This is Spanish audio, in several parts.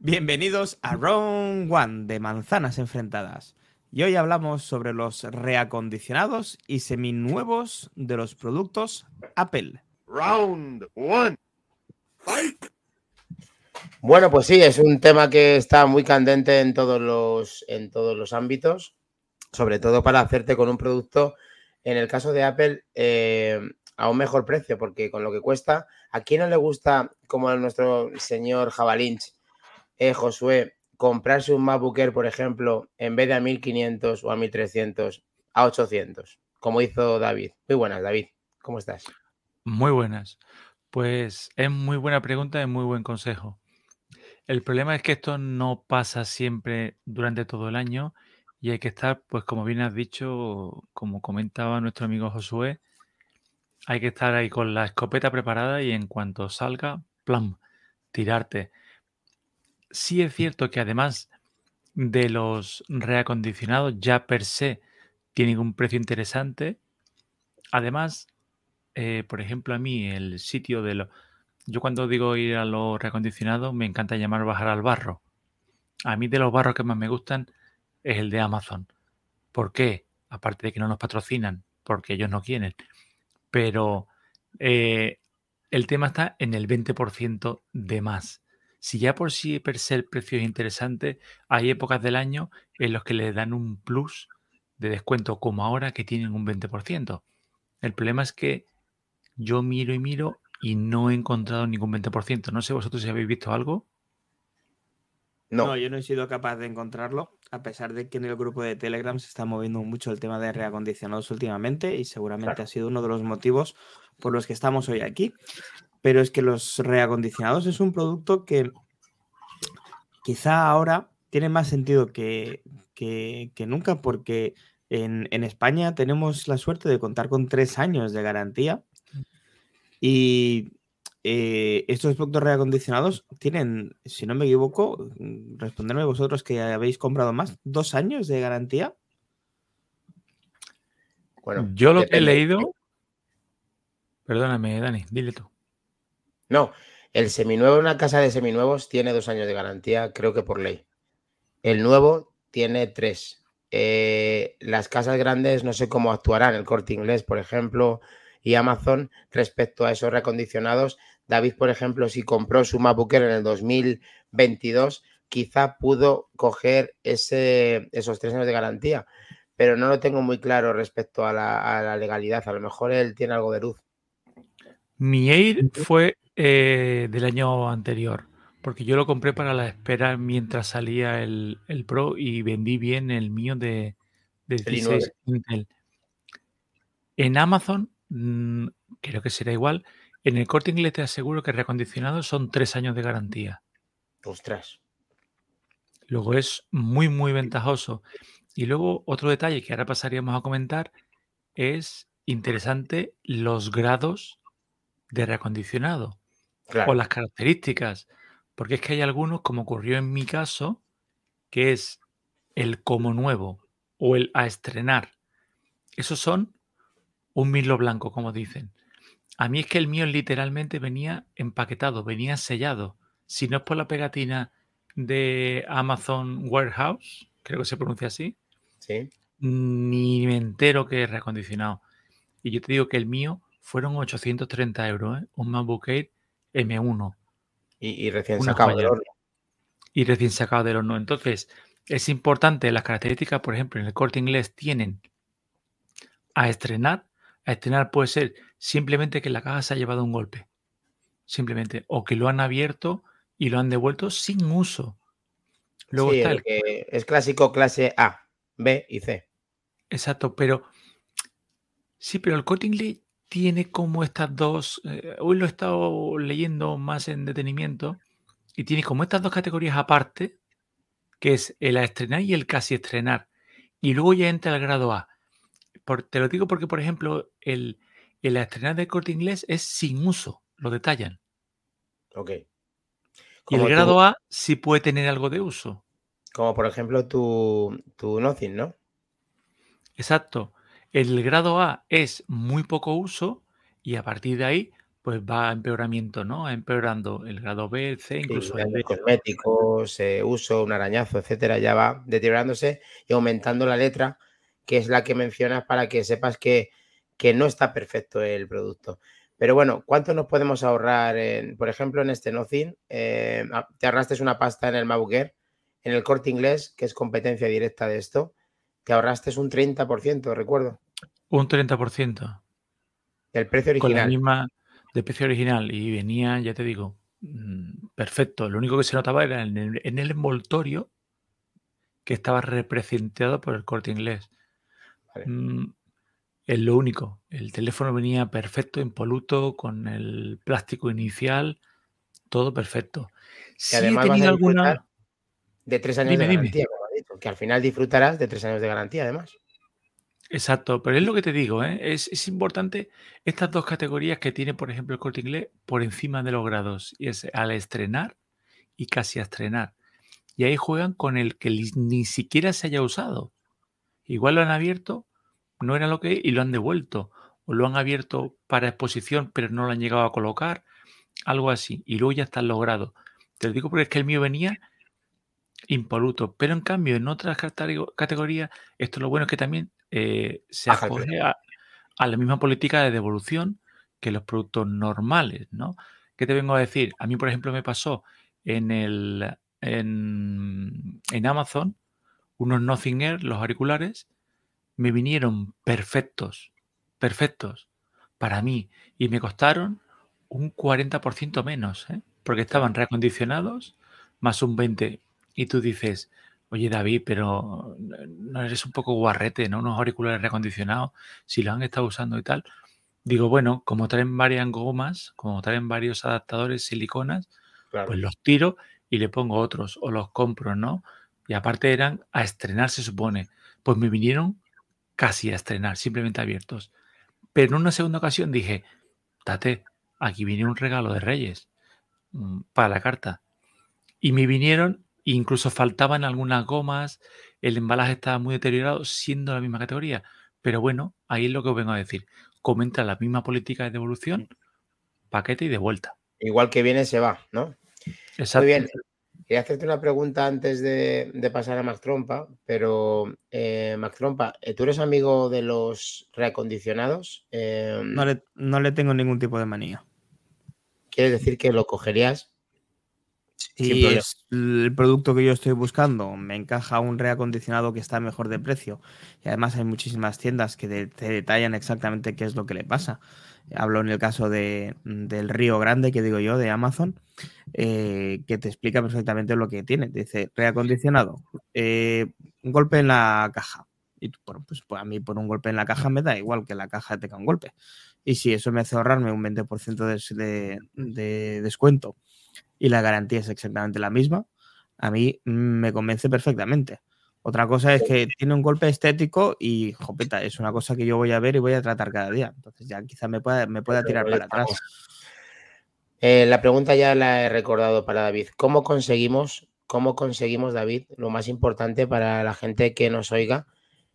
Bienvenidos a Round One de Manzanas Enfrentadas. Y hoy hablamos sobre los reacondicionados y seminuevos de los productos Apple. Round one. Fight. Bueno, pues sí, es un tema que está muy candente en todos los ámbitos, sobre todo para hacerte con un producto, en el caso de Apple, a un mejor precio, porque con lo que cuesta, ¿a quién no le gusta, como a nuestro señor Javalinch, Josué, comprarse un MacBook Air, por ejemplo, en vez de a 1.500 o a 1.300, a 800, como hizo David? Muy buenas, David, ¿cómo estás? Muy buenas. Pues es muy buena pregunta y muy buen consejo. El problema es que esto no pasa siempre durante todo el año y hay que estar, pues como bien has dicho, como comentaba nuestro amigo Josué, hay que estar ahí con la escopeta preparada y en cuanto salga, ¡plam!, tirarte. Sí es cierto que además de los reacondicionados ya per se tienen un precio interesante. Además, por ejemplo, a mí el sitio de los... Yo cuando digo ir a los reacondicionados me encanta llamar bajar al barro. A mí de los barros que más me gustan es el de Amazon. ¿Por qué? Aparte de que no nos patrocinan, porque ellos no quieren. Pero el tema está en el 20% de más. Si ya por sí per se el precio es interesante, hay épocas del año en los que le dan un plus de descuento, como ahora que tienen un 20%. El problema es que yo miro y no he encontrado ningún 20%. No sé vosotros si habéis visto algo. No, yo no he sido capaz de encontrarlo, a pesar de que en el grupo de Telegram se está moviendo mucho el tema de reacondicionados últimamente y seguramente ha sido uno de los motivos por los que estamos hoy aquí. Pero es que los reacondicionados es un producto que quizá ahora tiene más sentido que nunca, porque en España tenemos la suerte de contar con 3 años de garantía y estos productos reacondicionados tienen, si no me equivoco, responderme vosotros que habéis comprado más, 2 años de garantía. Bueno, Yo lo que he depende. leído... Perdóname, Dani, dile tú. No, el seminuevo, una casa de seminuevos tiene 2 años de garantía, creo que por ley. El nuevo tiene 3. Las casas grandes no sé cómo actuarán, el Corte Inglés, por ejemplo, y Amazon respecto a esos reacondicionados. David, por ejemplo, si compró su MacBook Air en el 2022, quizá pudo coger esos 3 años de garantía, pero no lo tengo muy claro respecto a la legalidad. A lo mejor él tiene algo de luz. Mi Air fue del año anterior, porque yo lo compré para la espera mientras salía el Pro y vendí bien el mío de El 16 i9. Intel. En Amazon, creo que será igual. En el Corte Inglés te aseguro que reacondicionado son 3 años de garantía. Ostras. Luego es muy, muy ventajoso. Y luego otro detalle que ahora pasaríamos a comentar es interesante los grados de reacondicionado o Claro. las características, porque es que hay algunos, como ocurrió en mi caso, que es el como nuevo o el a estrenar. Esos son un mirlo blanco, como dicen. A mí es que el mío literalmente venía empaquetado, venía sellado. Si no es por la pegatina de Amazon Warehouse, creo que se pronuncia así, Sí. ni me entero que es reacondicionado. Y yo te digo que el mío fueron 830 euros, ¿eh? Un MacBook Air M1. Y recién Una sacado del joya. horno. Y recién sacado del horno. Entonces, es importante las características, por ejemplo, en el Corte Inglés tienen a estrenar. A estrenar puede ser simplemente que la caja se ha llevado un golpe. Simplemente. O que lo han abierto y lo han devuelto sin uso. Luego Sí, está el el... que es clásico clase A, B y C. Exacto, pero... Sí, pero el Corte Inglés tiene como estas dos... hoy lo he estado leyendo más en detenimiento y tiene como estas dos categorías aparte, que es el a estrenar y el casi estrenar. Y luego ya entra el grado A. Te lo digo porque, por ejemplo, el a estrenar del Corte Inglés es sin uso, lo detallan. Ok. Y el Como grado A sí puede tener algo de uso. como por ejemplo tu Nothing, ¿no? Exacto. El grado A es muy poco uso y a partir de ahí pues va a empeoramiento, ¿no? Empeorando el grado B, el C, Sí, incluso el daños D. cosméticos, uso, un arañazo, etcétera, ya va deteriorándose y aumentando la letra, que es la que mencionas para que sepas que no está perfecto el producto. Pero bueno, ¿cuánto nos podemos ahorrar, por ejemplo, en este Nothing? Te ahorraste una pasta en el MacBook Air, en el Corte Inglés, que es competencia directa de esto, te ahorraste un 30%, recuerdo, Un 30%. del precio Con la original. misma de precio original y venía, ya te digo, perfecto. Lo único que se notaba era en el envoltorio que estaba representado por el Corte Inglés. Vale. Es lo único. El teléfono venía perfecto, impoluto, con el plástico inicial, todo perfecto. Y Sí he además vas a tenido disfrutar alguna... de 3 años de Dime, dime. garantía, como has dicho, que al final disfrutarás de 3 años de garantía, además. Exacto, pero es lo que te digo, ¿eh? Es importante estas dos categorías que tiene, por ejemplo, el Corte Inglés por encima de los grados, y es al estrenar y casi a estrenar. Y ahí juegan con el que ni siquiera se haya usado. Igual lo han abierto, no era lo que y lo han devuelto. O lo han abierto para exposición, pero no lo han llegado a colocar, algo así. Y luego ya están los grados. Te lo digo porque es que el mío venía impoluto, pero en cambio en otras categorías, esto lo bueno es que también se Baja el precio. acoge a la misma política de devolución que los productos normales, ¿no? ¿Qué te vengo a decir? A mí, por ejemplo, me pasó en Amazon unos Nothing Air, los auriculares, me vinieron perfectos, perfectos para mí y me costaron un 40% menos, ¿eh? Porque Claro. estaban reacondicionados más un 20%. Y tú dices, oye David, pero no eres un poco guarrete, ¿no? Unos auriculares reacondicionados, si los han estado usando y tal. Digo, bueno, como traen varias gomas, como traen varios adaptadores, siliconas, Claro. pues los tiro y le pongo otros o los compro, ¿no? Y aparte eran a estrenar, se supone. Pues me vinieron casi a estrenar, simplemente abiertos. Pero en una segunda ocasión dije, Tate, aquí viene un regalo de Reyes para la carta. Y me vinieron, incluso faltaban algunas gomas, el embalaje estaba muy deteriorado, siendo la misma categoría. Pero bueno, ahí es lo que os vengo a decir. Comenta la misma política de devolución, paquete y de vuelta. Igual que viene, se va, ¿no? Muy Exacto. bien. Quería hacerte una pregunta antes de pasar a Mac Trompa, pero Mac Trompa, ¿tú eres amigo de los reacondicionados? No le tengo ningún tipo de manía. ¿Quiere decir que lo cogerías sin Si problema? es el producto que yo estoy buscando, me encaja un reacondicionado que está mejor de precio. Y además hay muchísimas tiendas que te detallan exactamente qué es lo que le pasa. Hablo en el caso del Río Grande, que digo yo, de Amazon, que te explica perfectamente lo que tiene. Te dice, reacondicionado, un golpe en la caja. Y tú, bueno, pues a mí por un golpe en la caja me da igual que la caja tenga un golpe. Y si eso me hace ahorrarme un 20% de descuento y la garantía es exactamente la misma, a mí me convence perfectamente. Otra cosa es que tiene un golpe estético y, jopeta, es una cosa que yo voy a ver y voy a tratar cada día. Entonces ya quizá me pueda tirar para atrás. La pregunta ya la he recordado para David. Cómo conseguimos, David, lo más importante para la gente que nos oiga,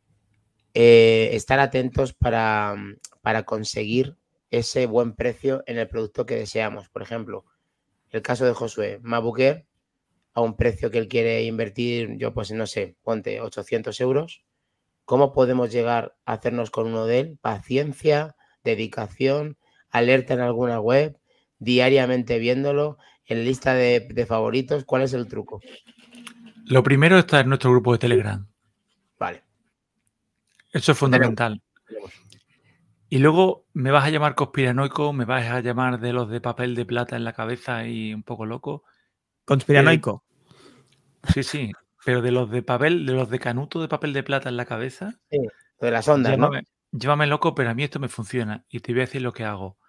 estar atentos para conseguir ese buen precio en el producto que deseamos? Por ejemplo, el caso de Josué, MacBook Air, a un precio que él quiere invertir, yo pues no sé, ponte 800 euros. ¿Cómo podemos llegar a hacernos con uno de él? Paciencia, dedicación, alerta en alguna web, diariamente viéndolo, en lista de favoritos. ¿Cuál es el truco? Lo primero está en nuestro grupo de Telegram. Vale. Eso es Lo tenemos, fundamental. lo tenemos. Y luego me vas a llamar conspiranoico, me vas a llamar de los de papel de plata en la cabeza y un poco loco. Pero Conspiranoico. sí, sí, pero de los de papel, de los de canuto de papel de plata en la cabeza, Sí, lo de las ondas, ¿no? llámame loco, pero a mí esto me funciona. Y te voy a decir lo que hago.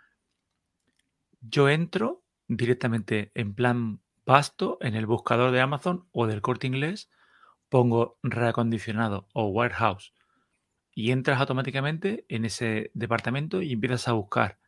Yo entro directamente en plan pasto en el buscador de Amazon o del Corte Inglés, pongo reacondicionado o warehouse y entras automáticamente en ese departamento y empiezas a buscar.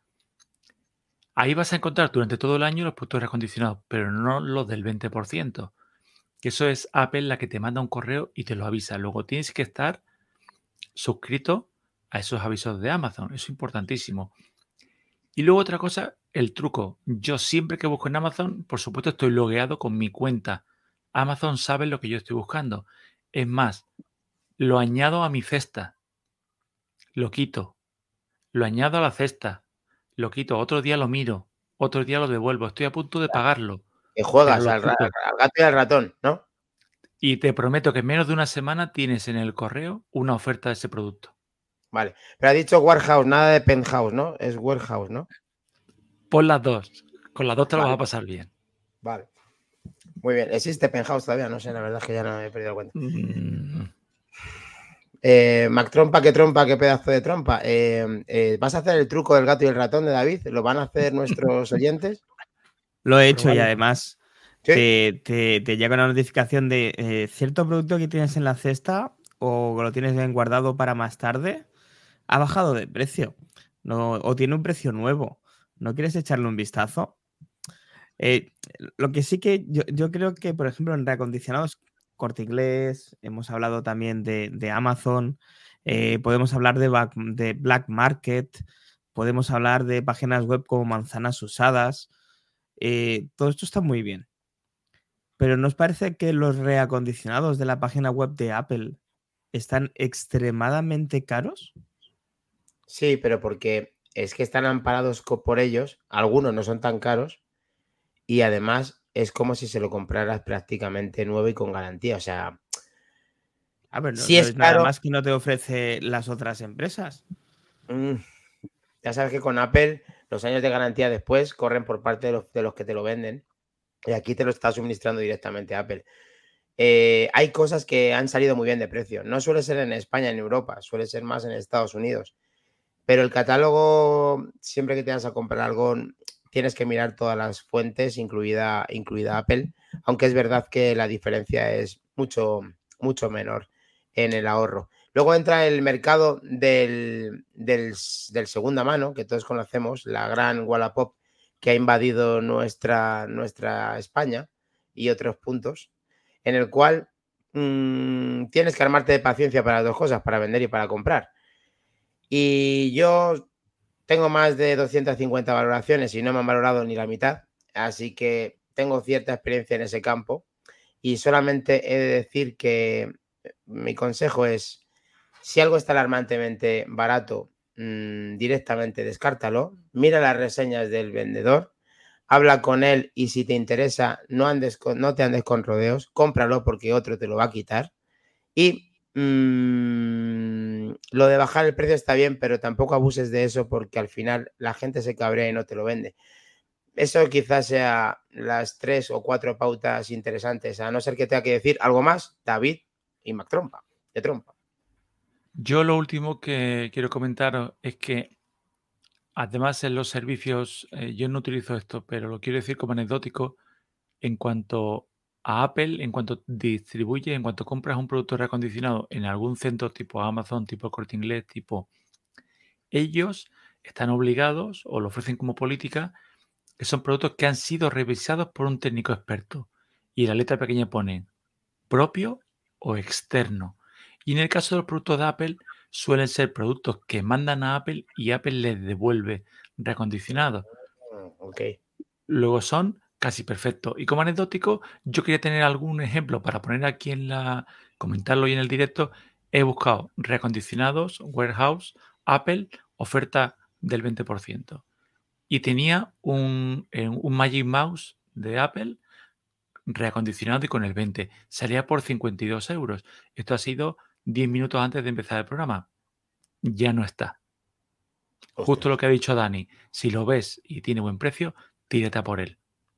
Ahí vas a encontrar durante todo el año los productos reacondicionados, pero no los del 20%. Que eso es Apple la que te manda un correo y te lo avisa. Luego tienes que estar suscrito a esos avisos de Amazon. Eso es importantísimo. Y luego otra cosa, el truco. Yo siempre que busco en Amazon, por supuesto, estoy logueado con mi cuenta. Amazon sabe lo que yo estoy buscando. Es más, lo añado a mi cesta. Lo quito. Lo añado a la cesta. Lo quito. Otro día lo miro. Otro día lo devuelvo. Estoy a punto de pagarlo. Que Pero juegas lo al quito. gato y al ratón, ¿no? Y te prometo que en menos de una semana tienes en el correo una oferta de ese producto. Vale. Pero ha dicho warehouse, nada de penthouse, ¿no? Es warehouse, ¿no? Pon las dos. Con las dos te lo vas Vale. a pasar bien. Vale. Muy bien. ¿Existe penthouse todavía? No sé, la verdad es que ya no me he perdido cuenta. Mac Trompa, qué pedazo de trompa. ¿Vas a hacer el truco del gato y el ratón de David? ¿Lo van a hacer nuestros oyentes? Lo he hecho y Probable. además Sí. te llega una notificación de cierto producto que tienes en la cesta o lo tienes bien guardado para más tarde, ha bajado de precio o tiene un precio nuevo. ¿No quieres echarle un vistazo? Lo que sí que yo creo que, por ejemplo, en reacondicionados, Corte Inglés, hemos hablado también de Amazon, podemos hablar de Black Market, podemos hablar de páginas web como Manzanas Usadas. Todo esto está muy bien. Pero ¿no os parece que los reacondicionados de la página web de Apple están extremadamente caros? Sí, pero porque es que están amparados por ellos, algunos no son tan caros y además es como si se lo compraras prácticamente nuevo y con garantía. O sea, A ver, si no es es nada caro, más que no te ofrece las otras empresas. ya sabes que con Apple los años de garantía después corren por parte de los que te lo venden y aquí te lo está suministrando directamente Apple. Hay cosas que han salido muy bien de precio. No suele ser en España, en Europa, suele ser más en Estados Unidos. Pero el catálogo, siempre que te vas a comprar algo, tienes que mirar todas las fuentes, incluida Apple, aunque es verdad que la diferencia es mucho, mucho menor en el ahorro. Luego entra el mercado del segunda mano, que todos conocemos, la gran Wallapop que ha invadido nuestra España y otros puntos, en el cual tienes que armarte de paciencia para las dos cosas, para vender y para comprar. Y yo tengo más de 250 valoraciones y no me han valorado ni la mitad, así que tengo cierta experiencia en ese campo y solamente he de decir que mi consejo es, si algo está alarmantemente barato, directamente descártalo, mira las reseñas del vendedor, habla con él y si te interesa, no te andes con rodeos, cómpralo porque otro te lo va a quitar y lo de bajar el precio está bien, pero tampoco abuses de eso porque al final la gente se cabrea y no te lo vende. Eso quizás sea las 3 o 4 pautas interesantes, a no ser que tenga que decir algo más, David y Mac Trompa, de Trompa. Yo lo último que quiero comentar es que además en los servicios, yo no utilizo esto, pero lo quiero decir como anecdótico, en cuanto a Apple, en cuanto distribuye, en cuanto compras un producto reacondicionado en algún centro tipo Amazon, tipo Corte Inglés, ellos están obligados o lo ofrecen como política, que son productos que han sido revisados por un técnico experto. Y en la letra pequeña ponen propio o externo. Y en el caso de los productos de Apple, suelen ser productos que mandan a Apple y Apple les devuelve reacondicionados. Ok. Luego son casi perfectos. Y como anecdótico, yo quería tener algún ejemplo para poner aquí comentarlo hoy en el directo. He buscado reacondicionados, warehouse, Apple, oferta del 20%. Y tenía un Magic Mouse de Apple reacondicionado y con el 20. Salía por 52 euros. Esto ha sido 10 minutos antes de empezar el programa. Ya no está. Justo lo que ha dicho Dani. Si lo ves y tiene buen precio, tírate a por él.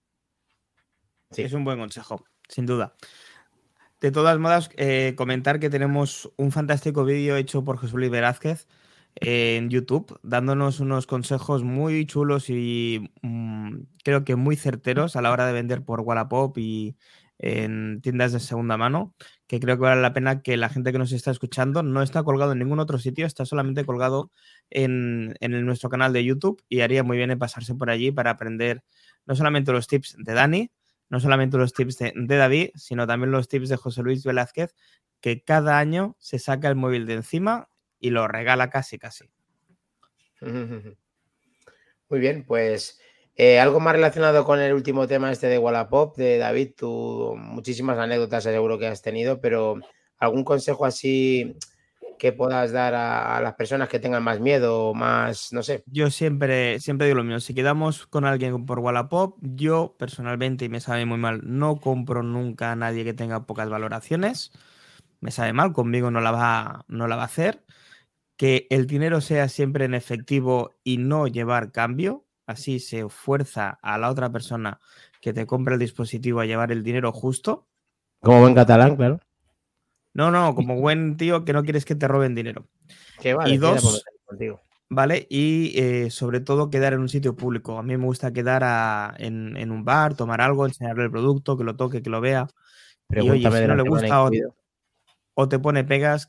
Sí. Es un buen consejo, sin duda. De todas modas, comentar que tenemos un fantástico vídeo hecho por José Luis Velázquez en YouTube, dándonos unos consejos muy chulos y creo que muy certeros a la hora de vender por Wallapop y en tiendas de segunda mano, que creo que vale la pena que la gente que nos está escuchando no está colgado en ningún otro sitio, está solamente colgado en nuestro canal de YouTube y haría muy bien en pasarse por allí para aprender no solamente los tips de Dani, no solamente los tips de David, sino también los tips de José Luis Velázquez, que cada año se saca el móvil de encima y lo regala casi. Muy bien, pues algo más relacionado con el último tema este de Wallapop, de David, tú muchísimas anécdotas seguro que has tenido, pero algún consejo así que puedas dar a las personas que tengan más miedo o más, no sé. Yo siempre digo lo mismo. Si quedamos con alguien por Wallapop, yo personalmente, y me sabe muy mal, no compro nunca a nadie que tenga pocas valoraciones. Me sabe mal, conmigo no la va a hacer. Que el dinero sea siempre en efectivo y no llevar cambio. Así se fuerza a la otra persona que te compra el dispositivo a llevar el dinero justo. Como buen catalán, claro. No, como buen tío que no quieres que te roben dinero. Que Y vale, sí, era por dos, meterme contigo. ¿vale? Y sobre todo quedar en un sitio público. A mí me gusta quedar en un bar, tomar algo, enseñarle el producto, que lo toque, que lo vea. Y oye, Pregúntame si de no la le semana gusta incluido. o te pone pegas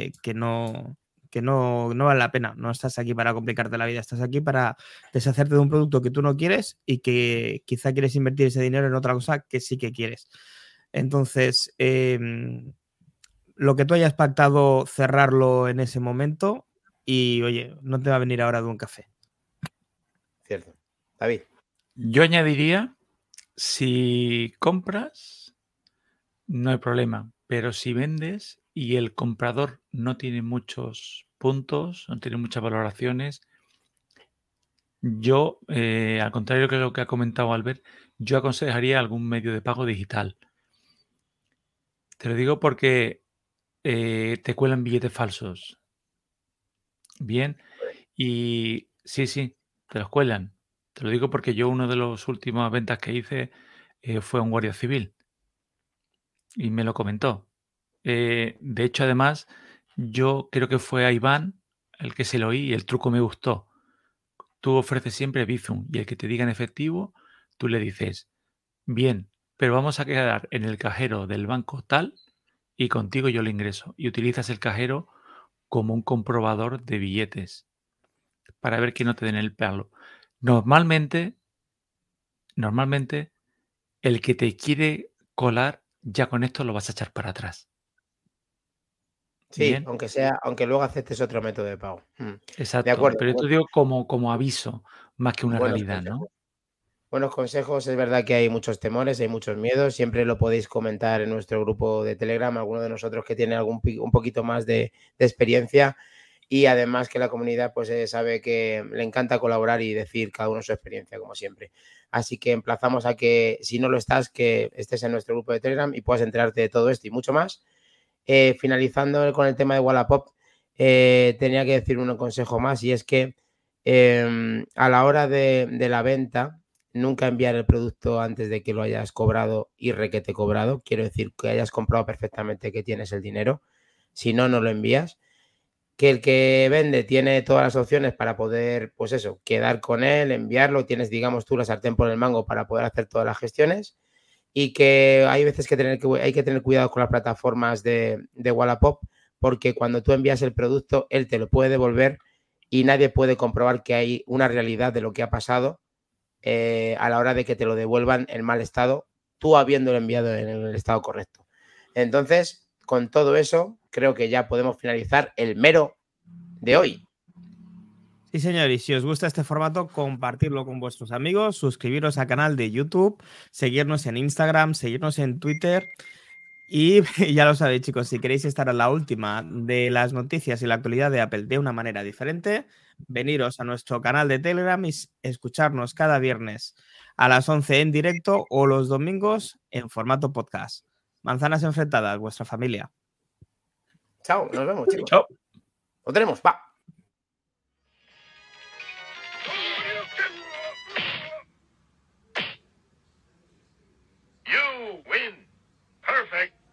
que no vale la pena. No estás aquí para complicarte la vida, estás aquí para deshacerte de un producto que tú no quieres y que quizá quieres invertir ese dinero en otra cosa que sí que quieres. Entonces, lo que tú hayas pactado, cerrarlo en ese momento y, oye, no te va a venir ahora de un café. Cierto. David. Yo añadiría, si compras, no hay problema, pero si vendes y el comprador no tiene muchos puntos, no tiene muchas valoraciones, yo, al contrario que lo que ha comentado Albert, yo aconsejaría algún medio de pago digital. Te lo digo porque te cuelan billetes falsos. Bien, y sí, te los cuelan. Te lo digo porque yo una de las últimas ventas que hice fue a un guardia civil y me lo comentó. De hecho, además, yo creo que fue a Iván el que se lo oí y el truco me gustó. Tú ofreces siempre Bizum y el que te diga en efectivo, tú le dices, bien, pero vamos a quedar en el cajero del banco tal y contigo yo le ingreso. Y utilizas el cajero como un comprobador de billetes para ver que no te den el palo. Normalmente, el que te quiere colar, ya con esto lo vas a echar para atrás. Sí, Bien, aunque luego aceptes otro método de pago. De exacto. acuerdo. Pero yo te digo como aviso, más que una Buenos realidad, consejos. ¿no? Buenos consejos, es verdad que hay muchos temores, hay muchos miedos, siempre lo podéis comentar en nuestro grupo de Telegram, alguno de nosotros que tiene un poquito más de experiencia y además que la comunidad pues sabe que le encanta colaborar y decir cada uno su experiencia, como siempre. Así que emplazamos a que, si no lo estás, que estés en nuestro grupo de Telegram y puedas enterarte de todo esto y mucho más. Finalizando con el tema de Wallapop, tenía que decir un consejo más y es que a la hora de la venta, nunca enviar el producto antes de que lo hayas cobrado y requete cobrado. Quiero decir, que hayas comprado perfectamente que tienes el dinero. Si no, no lo envías. Que el que vende tiene todas las opciones para poder, pues eso, quedar con él, enviarlo. Tienes, digamos, tú la sartén por el mango para poder hacer todas las gestiones. Y que hay veces que hay que tener cuidado con las plataformas de Wallapop, porque cuando tú envías el producto, él te lo puede devolver y nadie puede comprobar que hay una realidad de lo que ha pasado a la hora de que te lo devuelvan en mal estado, tú habiéndolo enviado en el estado correcto. Entonces, con todo eso, creo que ya podemos finalizar el mero de hoy. Sí, señor, y si os gusta este formato, compartirlo con vuestros amigos, suscribiros al canal de YouTube, seguirnos en Instagram, seguirnos en Twitter. Y ya lo sabéis, chicos, si queréis estar a la última de las noticias y la actualidad de Apple de una manera diferente, veniros a nuestro canal de Telegram y escucharnos cada viernes a las 11 en directo o los domingos en formato podcast. Manzanas enfrentadas, vuestra familia. Chao, nos vemos, chicos. Chao. Lo tenemos, va. You win. Perfect.